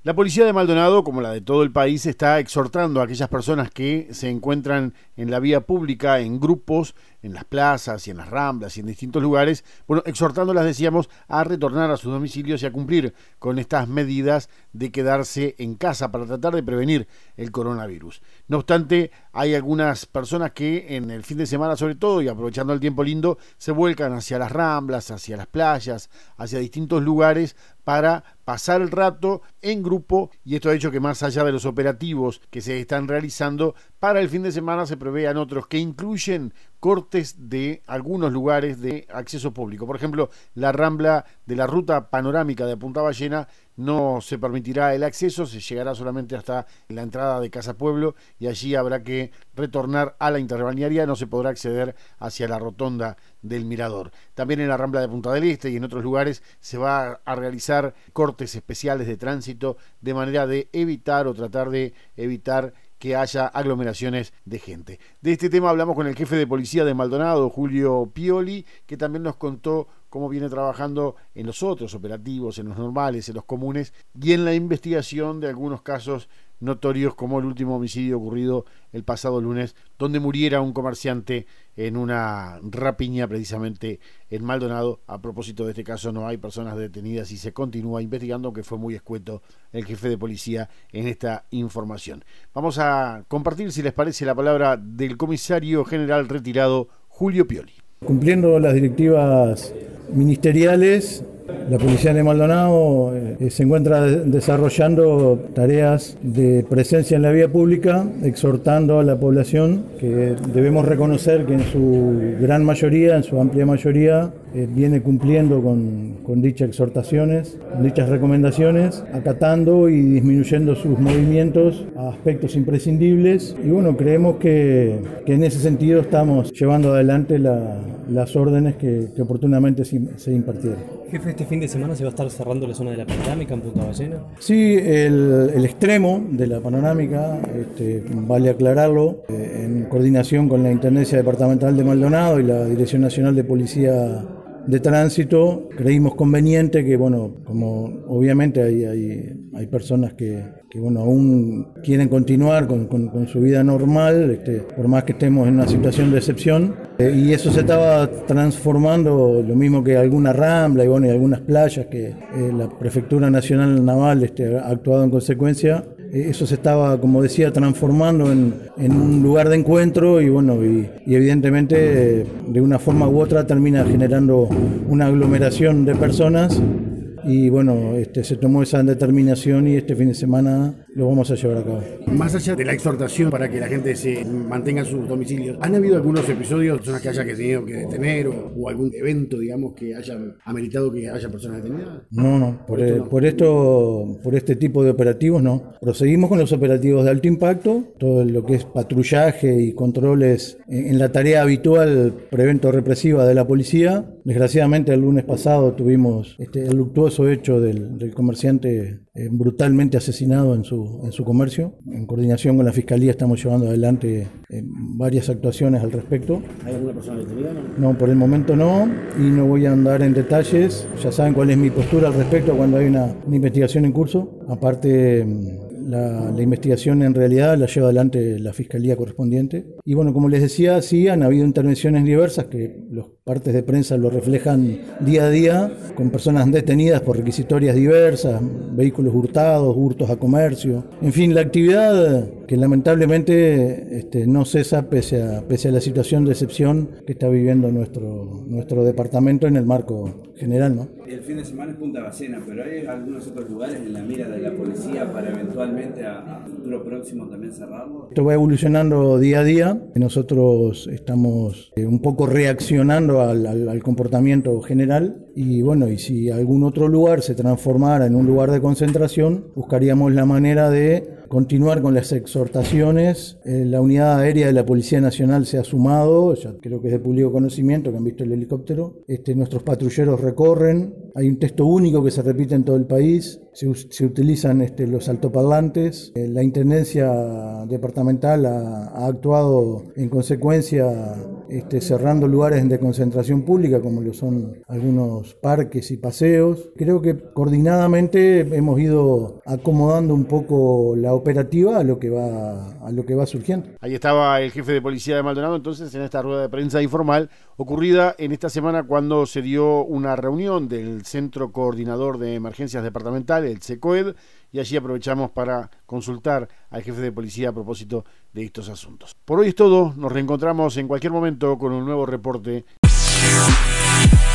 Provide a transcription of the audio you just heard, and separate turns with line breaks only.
La policía de Maldonado, como la de todo el país, está exhortando a aquellas personas que se encuentran en la vía pública, en grupos, en las plazas y en las ramblas y en distintos lugares, exhortándolas, decíamos, a retornar a sus domicilios y a cumplir con estas medidas de quedarse en casa para tratar de prevenir el coronavirus. No obstante, hay algunas personas que en el fin de semana, sobre todo, y aprovechando el tiempo lindo, se vuelcan hacia las ramblas, hacia las playas, hacia distintos lugares para pasar el rato en grupo, y esto ha hecho que más allá de los operativos que se están realizando, para el fin de semana se prevean otros que incluyen cortes de algunos lugares de acceso público. Por ejemplo, la rambla de la ruta panorámica de Punta Ballena no se permitirá el acceso, se llegará solamente hasta la entrada de Casa Pueblo y allí habrá que retornar a la interbalnearia, no se podrá acceder hacia la rotonda del Mirador. También en la rambla de Punta del Este y en otros lugares se va a realizar cortes especiales de tránsito de manera de evitar o tratar de evitar que haya aglomeraciones de gente. De este tema hablamos con el jefe de policía de Maldonado, Julio Pioli, que también nos contó cómo viene trabajando en los otros operativos, en los normales, en los comunes y en la investigación de algunos casos notorios como el último homicidio ocurrido el pasado lunes, donde muriera un comerciante en una rapiña precisamente en Maldonado. A propósito de este caso, no hay personas detenidas y se continúa investigando, aunque fue muy escueto el jefe de policía en esta información. Vamos a compartir, si les parece, la palabra del comisario general retirado Julio Pioli.
Cumpliendo las directivas ministeriales, la Policía de Maldonado se encuentra desarrollando tareas de presencia en la vía pública, exhortando a la población que debemos reconocer que en su gran mayoría, en su amplia mayoría, viene cumpliendo con dichas exhortaciones, con dichas recomendaciones, acatando y disminuyendo sus movimientos a aspectos imprescindibles. Y bueno, creemos que en ese sentido estamos llevando adelante las órdenes que oportunamente se impartieron.
Jefe, este fin de semana se va a estar cerrando la zona de la panorámica en Punta Ballena.
Sí, el extremo de la panorámica, vale aclararlo, en coordinación con la Intendencia Departamental de Maldonado y la Dirección Nacional de Policía de Tránsito, creímos conveniente que, bueno, como obviamente hay personas que aún quieren continuar con su vida normal, por más que estemos en una situación de excepción, y eso se estaba transformando, lo mismo que alguna rambla y algunas playas que la Prefectura Nacional Naval ha actuado en consecuencia. Eso se estaba, como decía, transformando en un lugar de encuentro y evidentemente de una forma u otra termina generando una aglomeración de personas. Y bueno, se tomó esa determinación y este fin de semana lo vamos a llevar a cabo.
Más allá de la exhortación para que la gente se mantenga en sus domicilios, ¿han habido algunos episodios de personas que haya tenido que detener o algún evento, digamos, que haya ameritado que haya personas detenidas?
No, por este tipo de operativos no. Proseguimos con los operativos de alto impacto, todo lo que es patrullaje y controles en la tarea habitual prevento-represiva de la policía. Desgraciadamente el lunes pasado tuvimos el luctuoso hecho del comerciante brutalmente asesinado en su comercio. En coordinación con la Fiscalía estamos llevando adelante varias actuaciones al respecto.
¿Hay alguna persona detenida?
No, por el momento no, y no voy a andar en detalles. Ya saben cuál es mi postura al respecto cuando hay una investigación en curso. Aparte, la investigación en realidad la lleva adelante la Fiscalía correspondiente. Y bueno, como les decía, sí, han habido intervenciones diversas que los partes de prensa lo reflejan día a día, con personas detenidas por requisitorias diversas, vehículos hurtados, hurtos a comercio. En fin, la actividad que lamentablemente no cesa pese a la situación de excepción que está viviendo nuestro departamento en el marco general, ¿no?
El fin de semana es Punta Ballena, pero hay algunos otros lugares en la mira de la policía para eventualmente a futuro próximo también cerrarlo.
Esto va evolucionando día a día. Nosotros estamos un poco reaccionando al comportamiento general y bueno, y si algún otro lugar se transformara en un lugar de concentración, buscaríamos la manera de continuar con las exhortaciones. La unidad aérea de la Policía Nacional se ha sumado, ya creo que es de público conocimiento, que han visto el helicóptero. Nuestros patrulleros recorren, hay un texto único que se repite en todo el país, se utilizan los altoparlantes. La Intendencia Departamental ha actuado en consecuencia cerrando lugares de concentración pública como lo son algunos parques y paseos. Creo que coordinadamente hemos ido acomodando un poco la operativa a lo que va surgiendo.
Ahí estaba el jefe de policía de Maldonado entonces en esta rueda de prensa informal ocurrida en esta semana cuando se dio una reunión del Centro Coordinador de Emergencias Departamental, el CECOED, y allí aprovechamos para consultar al jefe de policía a propósito de estos asuntos. Por hoy es todo, nos reencontramos en cualquier momento con un nuevo reporte.